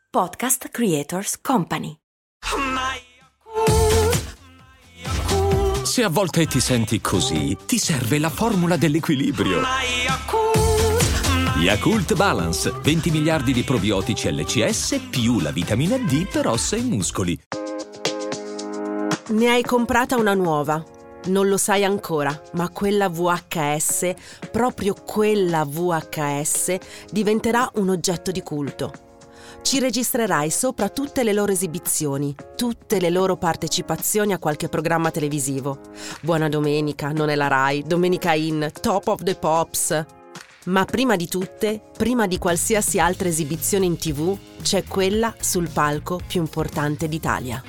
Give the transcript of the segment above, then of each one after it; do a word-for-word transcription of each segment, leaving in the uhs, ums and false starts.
Podcast Creators Company. Se a volte ti senti così, ti serve la formula dell'equilibrio. Yakult Balance, venti miliardi di probiotici L C S più la vitamina D per ossa e muscoli. Ne hai comprata una nuova. Non lo sai ancora, ma quella V H S, proprio quella V H S, diventerà un oggetto di culto. Ci registrerai sopra tutte le loro esibizioni, tutte le loro partecipazioni a qualche programma televisivo. Buona Domenica, Non è la Rai, Domenica In, Top of the Pops. Ma prima di tutte, prima di qualsiasi altra esibizione in tivù, c'è quella sul palco più importante d'Italia.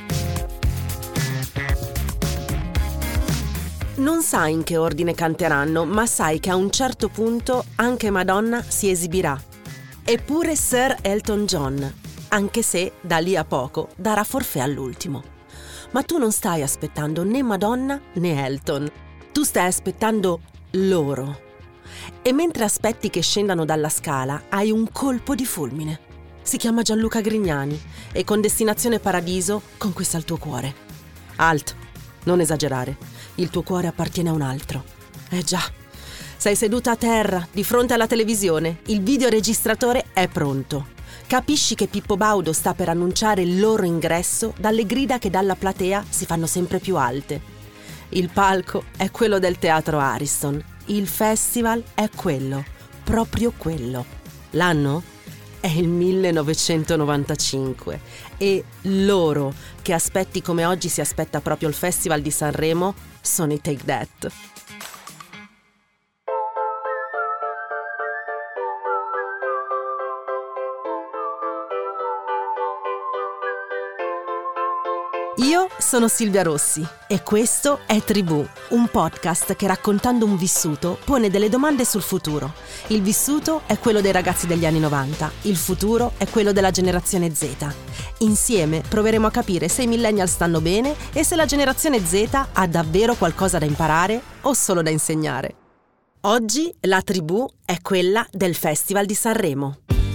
Non sai in che ordine canteranno, ma sai che a un certo punto anche Madonna si esibirà. Eppure Sir Elton John, anche se da lì a poco darà forfait all'ultimo. Ma tu non stai aspettando né Madonna né Elton, tu stai aspettando loro. E mentre aspetti che scendano dalla scala, hai un colpo di fulmine. Si chiama Gianluca Grignani e con Destinazione Paradiso conquista il tuo cuore. Alt, non esagerare, il tuo cuore appartiene a un altro. Eh già. Sei seduta a terra, di fronte alla televisione, il videoregistratore è pronto. Capisci che Pippo Baudo sta per annunciare il loro ingresso dalle grida che dalla platea si fanno sempre più alte. Il palco è quello del Teatro Ariston, il festival è quello, proprio quello. L'anno? È il millenovecentonovantacinque e loro, che aspetti come oggi si aspetta proprio il Festival di Sanremo, sono i Take That. Io sono Silvia Rossi e questo è Tribù, un podcast che raccontando un vissuto pone delle domande sul futuro. Il vissuto è quello dei ragazzi degli anni novanta, il futuro è quello della generazione Z. Insieme proveremo a capire se i millennial stanno bene e se la generazione Z ha davvero qualcosa da imparare o solo da insegnare. Oggi la Tribù è quella del Festival di Sanremo.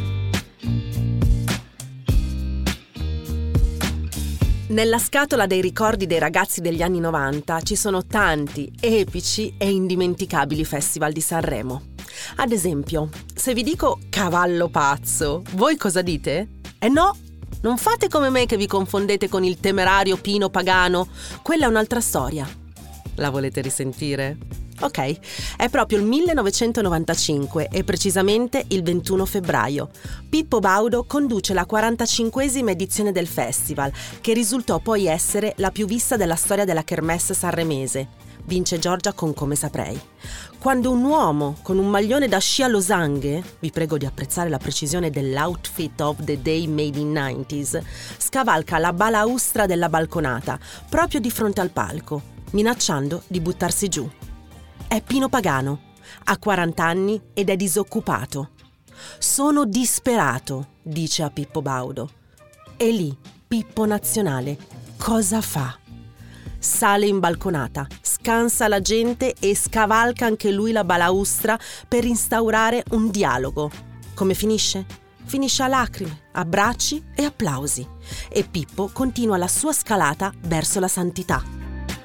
Nella scatola dei ricordi dei ragazzi degli anni novanta ci sono tanti, epici e indimenticabili festival di Sanremo. Ad esempio, se vi dico Cavallo Pazzo, voi cosa dite? Eh no, non fate come me che vi confondete con il temerario Pino Pagano, quella è un'altra storia. La volete risentire? Ok, è proprio il millenovecentonovantacinque e precisamente il ventuno febbraio. Pippo Baudo conduce la quarantacinquesima edizione del festival, che risultò poi essere la più vista della storia della kermesse sanremese. Vince Giorgia con Come Saprei. Quando un uomo con un maglione da sci a losanghe, vi prego di apprezzare la precisione dell'outfit of the day made in nineties, scavalca la balaustra della balconata, proprio di fronte al palco, minacciando di buttarsi giù. È Pino Pagano, ha quaranta anni ed è disoccupato. Sono disperato, dice a Pippo Baudo. E lì, Pippo Nazionale, cosa fa? Sale in balconata, scansa la gente e scavalca anche lui la balaustra per instaurare un dialogo. Come finisce? Finisce a lacrime, abbracci e applausi. E Pippo continua la sua scalata verso la santità.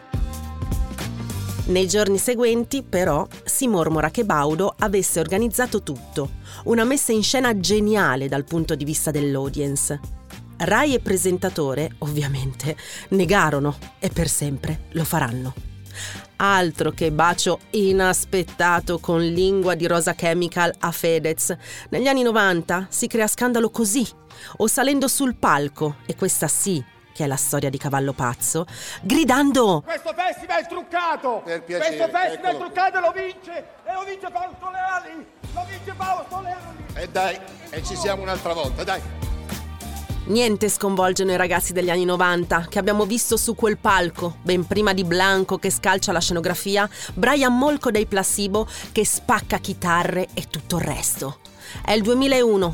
Nei giorni seguenti, però, si mormora che Baudo avesse organizzato tutto, una messa in scena geniale dal punto di vista dell'audience. Rai e presentatore, ovviamente, negarono e per sempre lo faranno. Altro che bacio inaspettato con lingua di Rosa Chemical a Fedez. Negli anni novanta si crea scandalo così, o salendo sul palco, e questa sì, che è la storia di Cavallo Pazzo, gridando: questo festival è truccato! Per piacere, questo festival eccolo. è truccato e lo vince! E lo vince Paolo Soleani! Lo vince Paolo Soleani! E dai, e ci siamo un'altra volta, dai! Niente sconvolgono i ragazzi degli anni novanta che abbiamo visto su quel palco, ben prima di Blanco che scalcia la scenografia, Brian Molko dei Placebo che spacca chitarre e tutto il resto. È il duemilauno.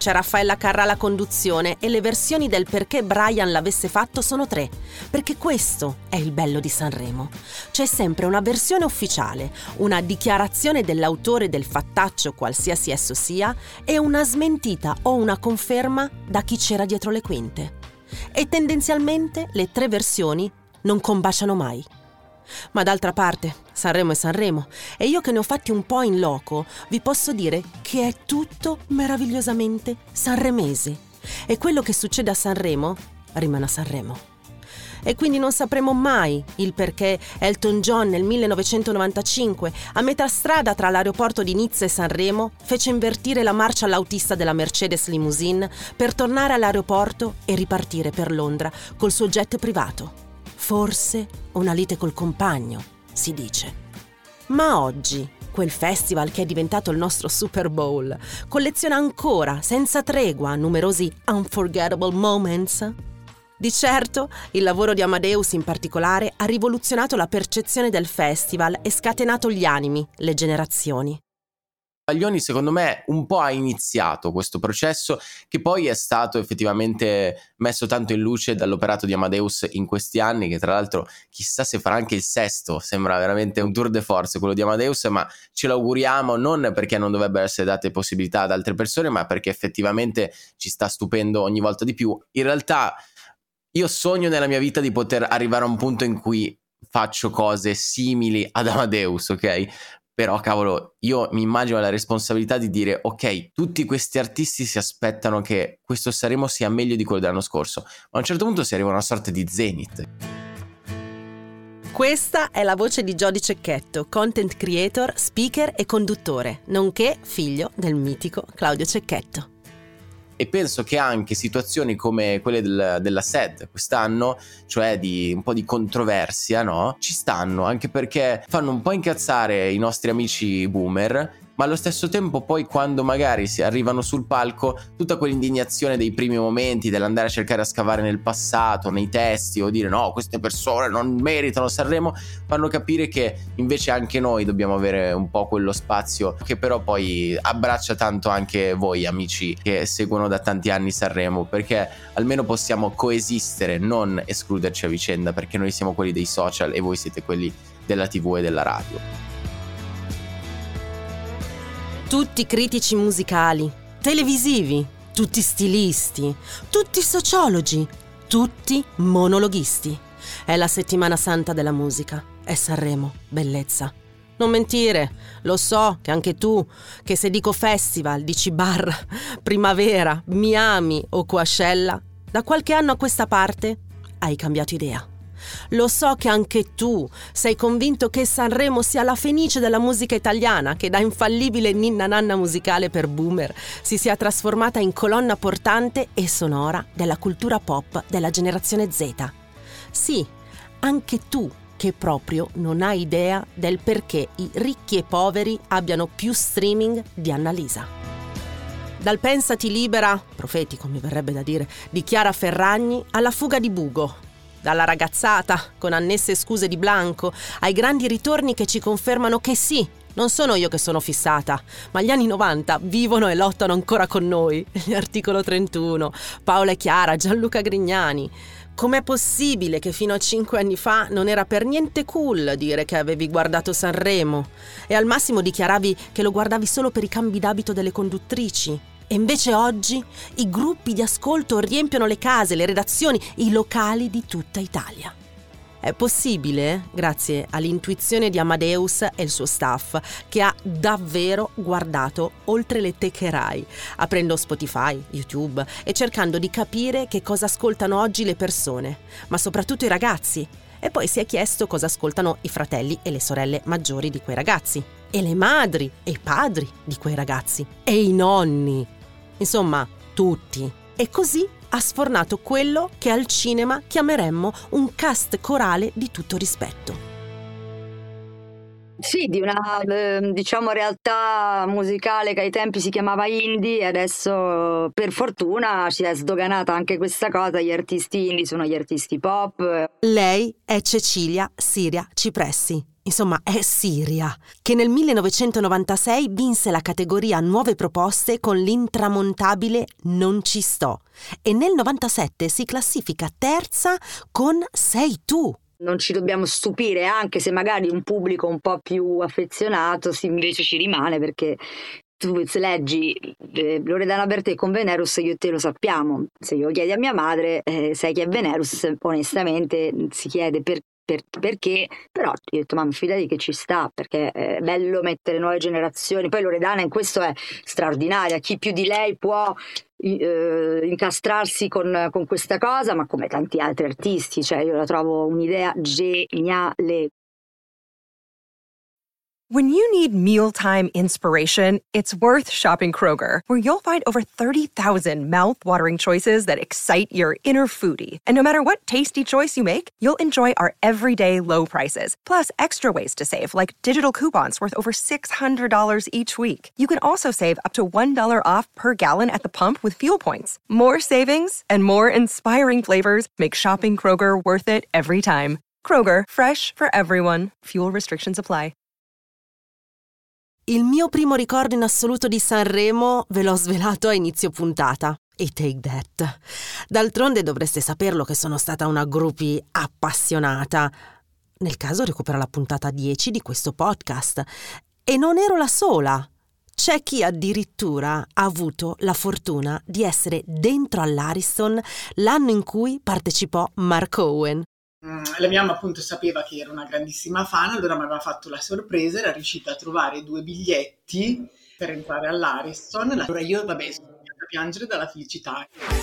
c'è Raffaella Carrà alla conduzione e le versioni del perché Brian l'avesse fatto sono tre, perché questo è il bello di Sanremo. C'è sempre una versione ufficiale, una dichiarazione dell'autore del fattaccio qualsiasi esso sia e una smentita o una conferma da chi c'era dietro le quinte. E tendenzialmente le tre versioni non combaciano mai. Ma d'altra parte, Sanremo è Sanremo, e io che ne ho fatti un po' in loco, vi posso dire che è tutto meravigliosamente sanremese. E quello che succede a Sanremo rimane a Sanremo. E quindi non sapremo mai il perché Elton John nel millenovecentonovantacinque, a metà strada tra l'aeroporto di Nizza e Sanremo, fece invertire la marcia all'autista della Mercedes Limousine per tornare all'aeroporto e ripartire per Londra col suo jet privato. Forse una lite col compagno, si dice. Ma oggi, quel festival che è diventato il nostro Super Bowl, colleziona ancora, senza tregua, numerosi unforgettable moments. Di certo, il lavoro di Amadeus in particolare ha rivoluzionato la percezione del festival e scatenato gli animi, le generazioni. Baglioni secondo me un po' ha iniziato questo processo che poi è stato effettivamente messo tanto in luce dall'operato di Amadeus in questi anni, che tra l'altro chissà se farà anche il sesto, sembra veramente un tour de force quello di Amadeus, ma ce l'auguriamo non perché non dovrebbero essere date possibilità ad altre persone, ma perché effettivamente ci sta stupendo ogni volta di più. In realtà io sogno nella mia vita di poter arrivare a un punto in cui faccio cose simili ad Amadeus, ok? Però cavolo, io mi immagino la responsabilità di dire ok, tutti questi artisti si aspettano che questo Sanremo sia meglio di quello dell'anno scorso, ma a un certo punto si arriva a una sorta di zenith. Questa è la voce di Jody Cecchetto, content creator, speaker e conduttore, nonché figlio del mitico Claudio Cecchetto. E penso che anche situazioni come quelle del, della S E D quest'anno, cioè di un po' di controversia, no? Ci stanno, anche perché fanno un po' incazzare i nostri amici boomer, ma allo stesso tempo poi quando magari si arrivano sul palco, tutta quell'indignazione dei primi momenti, dell'andare a cercare a scavare nel passato, nei testi, o dire no, queste persone non meritano Sanremo, fanno capire che invece anche noi dobbiamo avere un po' quello spazio che però poi abbraccia tanto anche voi amici che seguono da tanti anni Sanremo, perché almeno possiamo coesistere, non escluderci a vicenda, perché noi siamo quelli dei social e voi siete quelli della tivù e della radio. Tutti critici musicali, televisivi, tutti stilisti, tutti sociologi, tutti monologhisti. È la settimana santa della musica, è Sanremo, bellezza. Non mentire, lo so che anche tu, che se dico festival, dici bar, primavera, Miami o Coachella, da qualche anno a questa parte hai cambiato idea. Lo so che anche tu sei convinto che Sanremo sia la fenice della musica italiana, che da infallibile ninna nanna musicale per boomer si sia trasformata in colonna portante e sonora della cultura pop della generazione Z. Sì, anche tu che proprio non hai idea del perché i ricchi e poveri abbiano più streaming di Annalisa. Dal Pensati libera, profetico mi verrebbe da dire, di Chiara Ferragni alla fuga di Bugo. Dalla ragazzata, con annesse scuse di Blanco, ai grandi ritorni che ci confermano che sì, non sono io che sono fissata, ma gli anni novanta vivono e lottano ancora con noi. Gli Articolo trentuno, Paola e Chiara, Gianluca Grignani. Com'è possibile che fino a cinque anni fa non era per niente cool dire che avevi guardato Sanremo e al massimo dichiaravi che lo guardavi solo per i cambi d'abito delle conduttrici? E invece oggi i gruppi di ascolto riempiono le case, le redazioni, i locali di tutta Italia. È possibile grazie all'intuizione di Amadeus e il suo staff, che ha davvero guardato oltre le teche Rai, aprendo Spotify, YouTube e cercando di capire che cosa ascoltano oggi le persone, ma soprattutto i ragazzi. E poi si è chiesto cosa ascoltano i fratelli e le sorelle maggiori di quei ragazzi, e le madri e i padri di quei ragazzi, e i nonni. Insomma, tutti. E così ha sfornato quello che al cinema chiameremmo un cast corale di tutto rispetto. Sì, di una diciamo realtà musicale che ai tempi si chiamava indie e adesso per fortuna si è sdoganata anche questa cosa, gli artisti indie sono gli artisti pop. Lei è Cecilia Siria Cipressi, insomma è Siria, che nel millenovecentonovantasei vinse la categoria Nuove Proposte con l'intramontabile Non ci sto e nel novantasette si classifica terza con Sei tu. Non ci dobbiamo stupire, anche se magari un pubblico un po' più affezionato si invece ci rimane, perché tu se leggi eh, Loredana Bertè con Venerus, io e te lo sappiamo. Se io chiedi a mia madre eh, sai chi è Venerus, onestamente si chiede per, per, perché, però io ho detto mamma fidati che ci sta, perché è bello mettere nuove generazioni. Poi Loredana in questo è straordinaria, chi più di lei può eh, incastrarsi con, con questa cosa, ma come tanti altri artisti, cioè io la trovo un'idea geniale. When you need mealtime inspiration, it's worth shopping Kroger, where you'll find over thirty thousand mouth-watering choices that excite your inner foodie. And no matter what tasty choice you make, you'll enjoy our everyday low prices, plus extra ways to save, like digital coupons worth over six hundred dollars each week. You can also save up to one dollar off per gallon at the pump with fuel points. More savings and more inspiring flavors make shopping Kroger worth it every time. Kroger, fresh for everyone. Fuel restrictions apply. Il mio primo ricordo in assoluto di Sanremo ve l'ho svelato a inizio puntata, i Take That. D'altronde dovreste saperlo che sono stata una groupie appassionata. Nel caso recupera la puntata dieci di questo podcast. E non ero la sola. C'è chi addirittura ha avuto la fortuna di essere dentro all'Ariston l'anno in cui partecipò Mark Owen. La mia mamma appunto sapeva che ero una grandissima fan, allora mi aveva fatto la sorpresa, era riuscita a trovare due biglietti per entrare all'Ariston. Allora io, vabbè, sono andata a piangere dalla felicità.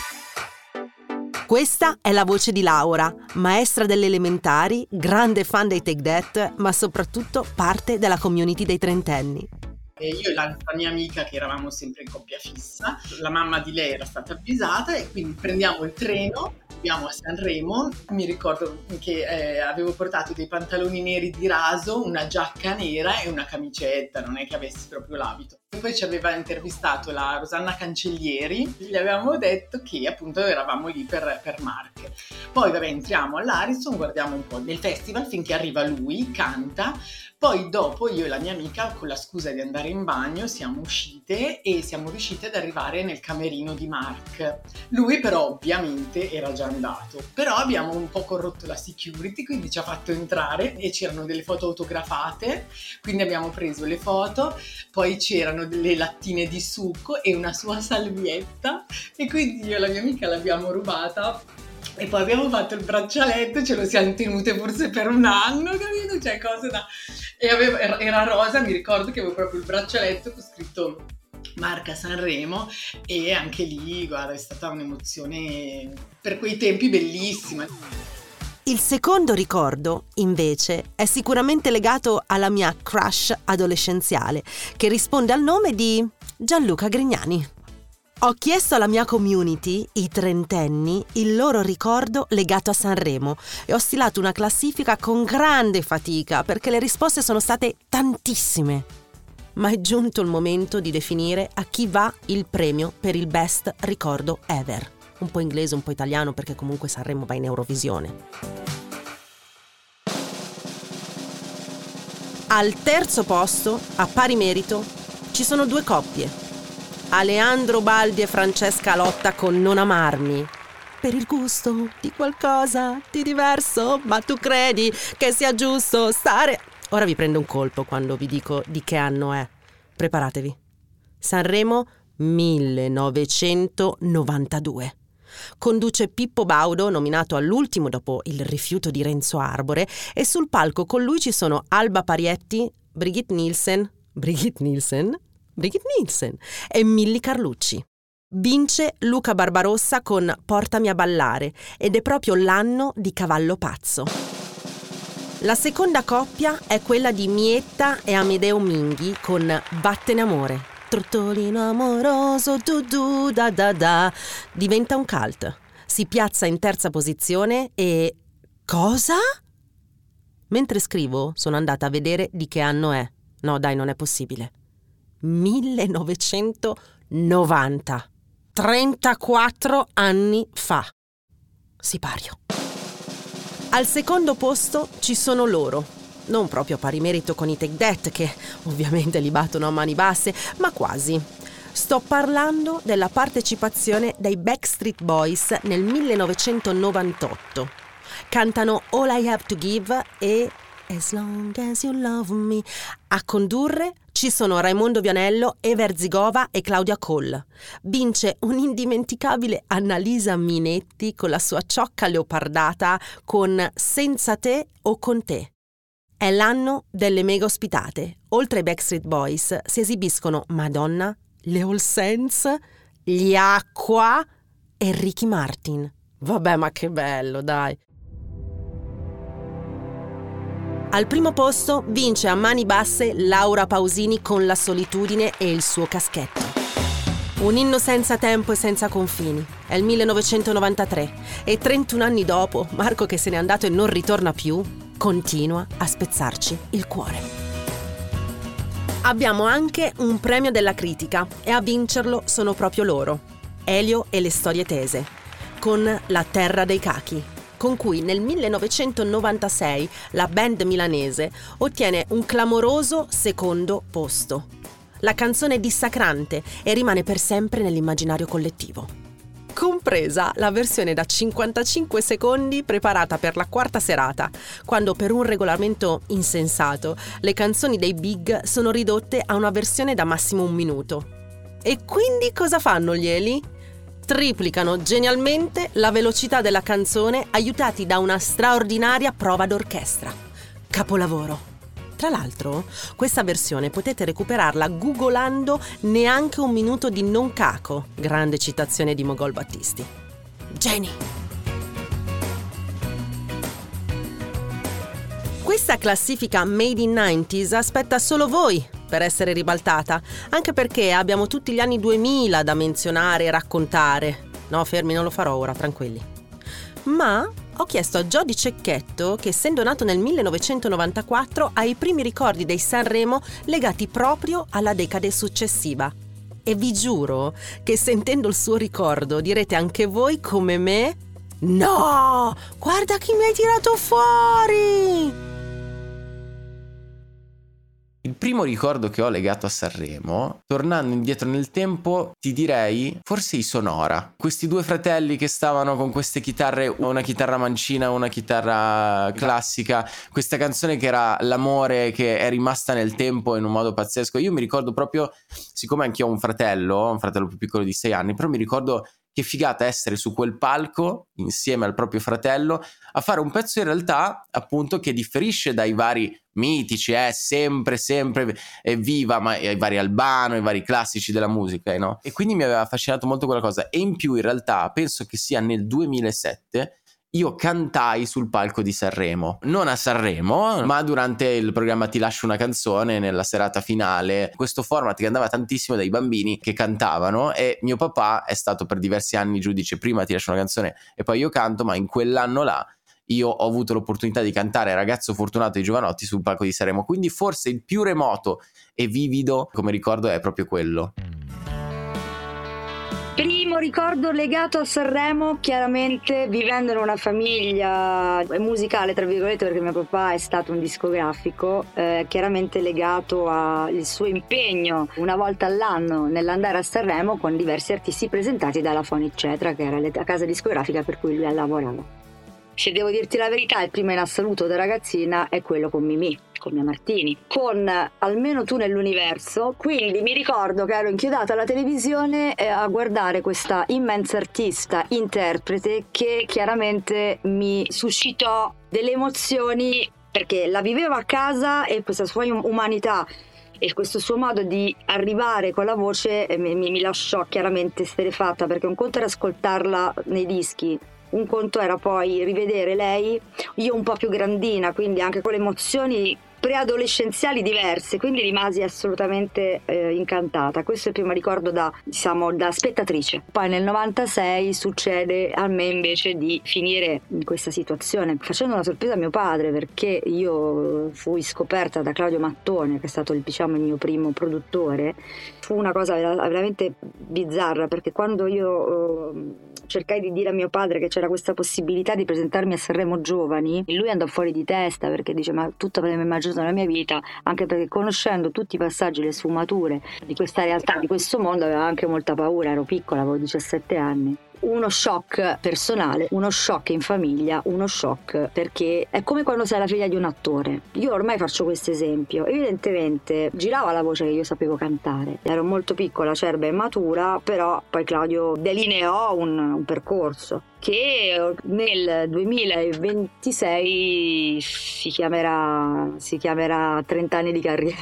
Questa è la voce di Laura, maestra delle elementari, grande fan dei Take That, ma soprattutto parte della community dei trentenni. E io e l'altra mia amica, che eravamo sempre in coppia fissa, la mamma di lei era stata avvisata e quindi prendiamo il treno, andiamo a Sanremo. Mi ricordo che eh, avevo portato dei pantaloni neri di raso, una giacca nera e una camicetta, non è che avessi proprio l'abito. E poi ci aveva intervistato la Rosanna Cancellieri, gli avevamo detto che appunto eravamo lì per, per Mark. Poi vabbè, entriamo all'Ariston, guardiamo un po' del festival finché arriva lui, canta. Poi dopo io e la mia amica, con la scusa di andare in bagno, siamo uscite e siamo riuscite ad arrivare nel camerino di Mark. Lui però ovviamente era già andato, però abbiamo un po' corrotto la security, quindi ci ha fatto entrare e c'erano delle foto autografate, quindi abbiamo preso le foto, poi c'erano delle lattine di succo e una sua salvietta e quindi io e la mia amica l'abbiamo rubata. E poi abbiamo fatto il braccialetto, ce lo siamo tenute forse per un anno, capito? Cioè cose da... E avevo, era rosa, mi ricordo che avevo proprio il braccialetto con scritto Marca Sanremo e anche lì, guarda, è stata un'emozione per quei tempi bellissima. Il secondo ricordo, invece, è sicuramente legato alla mia crush adolescenziale, che risponde al nome di Gianluca Grignani. Ho chiesto alla mia community, i trentenni, il loro ricordo legato a Sanremo e ho stilato una classifica con grande fatica perché le risposte sono state tantissime. Ma è giunto il momento di definire a chi va il premio per il best ricordo ever. Un po' inglese, un po' italiano, perché comunque Sanremo va in Eurovisione. Al terzo posto, a pari merito, ci sono due coppie. Aleandro Baldi e Francesca Lotta con Non amarmi. Per il gusto di qualcosa di diverso, ma tu credi che sia giusto stare... Ora vi prendo un colpo quando vi dico di che anno è. Preparatevi. Sanremo millenovecentonovantadue. Conduce Pippo Baudo, nominato all'ultimo dopo il rifiuto di Renzo Arbore, e sul palco con lui ci sono Alba Parietti, Brigitte Nielsen, Brigitte Nielsen? Brigitte Nielsen e Milly Carlucci. Vince Luca Barbarossa con Portami a ballare ed è proprio l'anno di Cavallo Pazzo. La seconda coppia è quella di Mietta e Amedeo Minghi con Vattene amore. Trottolino amoroso, du du da da da. Diventa un cult. Si piazza in terza posizione e... Cosa? Mentre scrivo sono andata a vedere di che anno è. No dai, non è possibile. millenovecentonovanta. trentaquattro anni fa. Sipario. Al secondo posto ci sono loro, non proprio a pari merito con i Take That, che ovviamente li battono a mani basse, ma quasi. Sto parlando della partecipazione dei Backstreet Boys nel millenovecentonovantotto. Cantano All I Have to Give e As Long As You Love Me. A condurre ci sono Raimondo Vianello, Everzigova e Claudia Cole. Vince un'indimenticabile Annalisa Minetti con la sua ciocca leopardata con Senza te o con te. È l'anno delle mega ospitate. Oltre ai Backstreet Boys si esibiscono Madonna, le All Saints, gli Aqua e Ricky Martin. Vabbè, ma che bello, dai. Al primo posto vince a mani basse Laura Pausini con La solitudine e il suo caschetto. Un inno senza tempo e senza confini. È il millenovecentonovantatré e trentuno anni dopo, Marco, che se n'è andato e non ritorna più, continua a spezzarci il cuore. Abbiamo anche un premio della critica e a vincerlo sono proprio loro, Elio e le storie tese, con La terra dei cachi, con cui nel millenovecentonovantasei la band milanese ottiene un clamoroso secondo posto. La canzone è dissacrante e rimane per sempre nell'immaginario collettivo. Compresa la versione da cinquantacinque secondi preparata per la quarta serata, quando per un regolamento insensato le canzoni dei Big sono ridotte a una versione da massimo un minuto. E quindi cosa fanno gli Eli? Triplicano genialmente la velocità della canzone aiutati da una straordinaria prova d'orchestra. Capolavoro! Tra l'altro, questa versione potete recuperarla googolando Neanche un minuto di Non Caco, grande citazione di Mogol Battisti. Geni! Questa classifica Made in novanta aspetta solo voi per essere ribaltata, anche perché abbiamo tutti gli anni duemila da menzionare e raccontare. No, fermi, non lo farò ora, tranquilli. Ma ho chiesto a Jody Cecchetto, che essendo nato nel millenovecentonovantaquattro ha i primi ricordi dei Sanremo legati proprio alla decade successiva. E vi giuro che sentendo il suo ricordo direte anche voi come me: no, guarda chi mi hai tirato fuori! Il primo ricordo che ho legato a Sanremo, tornando indietro nel tempo, ti direi forse i Sonora. Questi due fratelli che stavano con queste chitarre, una chitarra mancina, una chitarra classica, questa canzone che era l'amore, che è rimasta nel tempo in un modo pazzesco. Io mi ricordo proprio, siccome anch'io ho un fratello, un fratello più piccolo di sei anni, però mi ricordo che figata essere su quel palco insieme al proprio fratello a fare un pezzo in realtà appunto che differisce dai vari mitici, eh, sempre sempre evviva, ma i vari Albano, i vari classici della musica, eh, no? E quindi mi aveva affascinato molto quella cosa. E in più in realtà penso che sia nel duemilasette io cantai sul palco di Sanremo, non a Sanremo, ma durante il programma Ti lascio una canzone, nella serata finale, questo format che andava tantissimo dai bambini che cantavano, e mio papà è stato per diversi anni giudice, prima Ti lascio una canzone e poi io canto, ma in quell'anno là io ho avuto l'opportunità di cantare Ragazzo fortunato di Giovanotti sul palco di Sanremo, quindi forse il più remoto e vivido come ricordo è proprio quello. Primo ricordo legato a Sanremo, chiaramente vivendo in una famiglia musicale, tra virgolette, perché mio papà è stato un discografico, eh, chiaramente legato al suo impegno una volta all'anno nell'andare a Sanremo con diversi artisti presentati dalla Fonic Cetra, che era la casa discografica per cui lui lavorava. Se devo dirti la verità, il primo in assoluto da ragazzina è quello con Mimì, con Mia Martini, con Almeno tu nell'universo. Quindi mi ricordo che ero inchiodata alla televisione a guardare questa immensa artista, interprete, che chiaramente mi suscitò delle emozioni, perché la vivevo a casa e questa sua umanità e questo suo modo di arrivare con la voce mi, mi lasciò chiaramente esterrefatta, perché un conto era ascoltarla nei dischi, un conto era poi rivedere lei, io un po' più grandina, quindi anche con le emozioni preadolescenziali diverse, quindi rimasi assolutamente eh, incantata. Questo è il primo ricordo da, diciamo, da spettatrice. Poi nel novantasei succede a me invece di finire in questa situazione facendo una sorpresa a mio padre, perché io fui scoperta da Claudio Mattone, che è stato, diciamo, il mio primo produttore. Fu una cosa veramente bizzarra, perché quando io eh, cercai di dire a mio padre che c'era questa possibilità di presentarmi a Sanremo Giovani, lui andò fuori di testa, perché dice: ma tutto avrei immaginato nella mia vita, anche perché conoscendo tutti i passaggi, le sfumature di questa realtà, di questo mondo, aveva anche molta paura. Ero piccola, avevo diciassette anni. Uno shock personale, uno shock in famiglia, uno shock perché è come quando sei la figlia di un attore. Io ormai faccio questo esempio. Evidentemente girava la voce che io sapevo cantare. Ero molto piccola, acerba e matura, però poi Claudio delineò un, un percorso che nel duemilaventisei si chiamerà, si chiamerà trenta anni di carriera.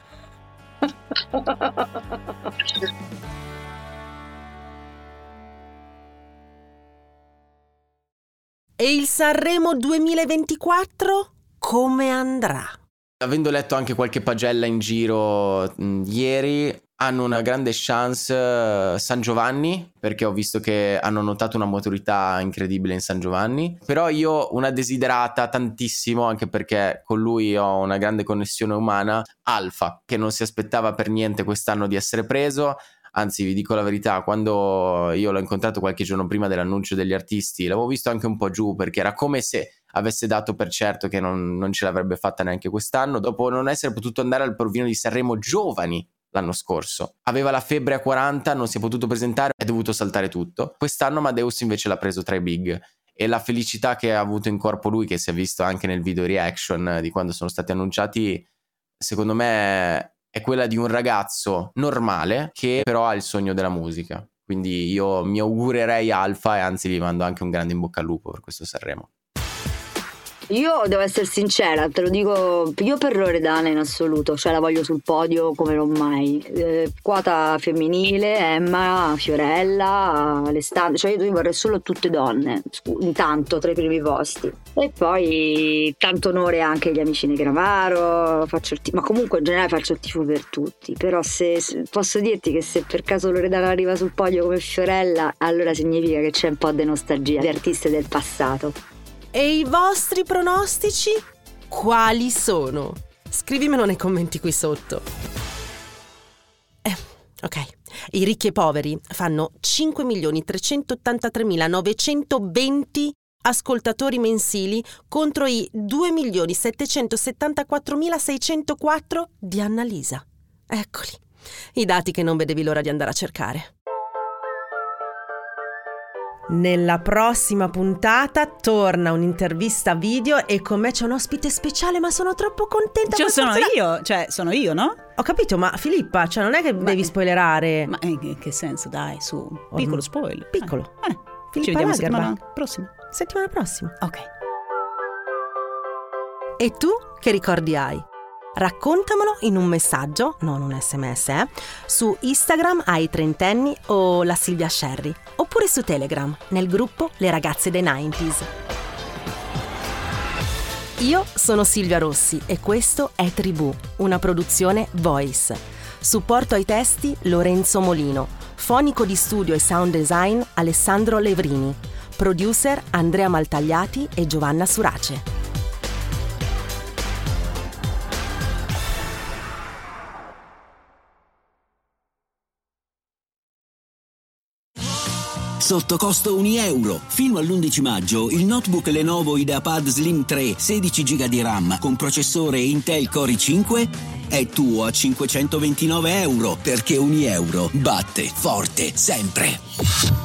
E il Sanremo duemilaventiquattro come andrà? Avendo letto anche qualche pagella in giro mh, ieri, hanno una grande chance uh, San Giovanni, perché ho visto che hanno notato una maturità incredibile in San Giovanni. Però io una desiderata tantissimo, anche perché con lui ho una grande connessione umana, Alfa, che non si aspettava per niente quest'anno di essere preso. Anzi, vi dico la verità, quando io l'ho incontrato qualche giorno prima dell'annuncio degli artisti, l'avevo visto anche un po' giù, perché era come se avesse dato per certo che non, non ce l'avrebbe fatta neanche quest'anno, dopo non essere potuto andare al provino di Sanremo Giovani l'anno scorso. Aveva la febbre a quaranta, non si è potuto presentare, è dovuto saltare tutto. Quest'anno Amadeus invece l'ha preso tra i big, e la felicità che ha avuto in corpo lui, che si è visto anche nel video reaction di quando sono stati annunciati, secondo me è quella di un ragazzo normale che però ha il sogno della musica. Quindi io mi augurerei Alfa, e anzi gli mando anche un grande in bocca al lupo per questo Sanremo. Io devo essere sincera, te lo dico, io per Loredana in assoluto, cioè la voglio sul podio come non mai. Eh, quota femminile, Emma, Fiorella, Alessandra, cioè io vorrei solo tutte donne, intanto tra i primi posti. E poi tanto onore anche agli amici Negramaro, faccio il tifo, ma comunque in generale faccio il tifo per tutti. Però se, se posso dirti che se per caso Loredana arriva sul podio come Fiorella, allora significa che c'è un po' di nostalgia di artiste del passato. E i vostri pronostici quali sono? Scrivimelo nei commenti qui sotto. Eh, ok. I ricchi e poveri fanno cinque milioni trecentottantatremilanovecentoventi ascoltatori mensili contro i due milioni settecentosettantaquattromilaseicentoquattro di Annalisa. Eccoli, i dati che non vedevi l'ora di andare a cercare. Nella prossima puntata torna un'intervista video e con me c'è un ospite speciale, ma sono troppo contenta. Cioè sono io, cioè sono io, no? Ho capito, ma Filippa, cioè non è che ma, devi spoilerare. Ma in che senso, dai, su, piccolo spoiler. Piccolo. Eh, Filippa ci vediamo Lagerba. settimana prossima. Settimana prossima. Ok. E tu che ricordi hai? Raccontamelo in un messaggio, non un sms, eh, su Instagram ai trentenni o la Silvia Sherry, oppure su Telegram nel gruppo Le Ragazze dei nineties. Io sono Silvia Rossi e questo è Tribù, una produzione Voice. Supporto ai testi Lorenzo Molino, fonico di studio e sound design Alessandro Levrini, producer Andrea Maltagliati e Giovanna Surace. Sotto costo un euro. Fino all'undici maggio il notebook Lenovo IdeaPad Slim tre sedici giga di RAM con processore Intel Core i cinque è tuo a cinquecentoventinove euro, perché un euro batte forte sempre.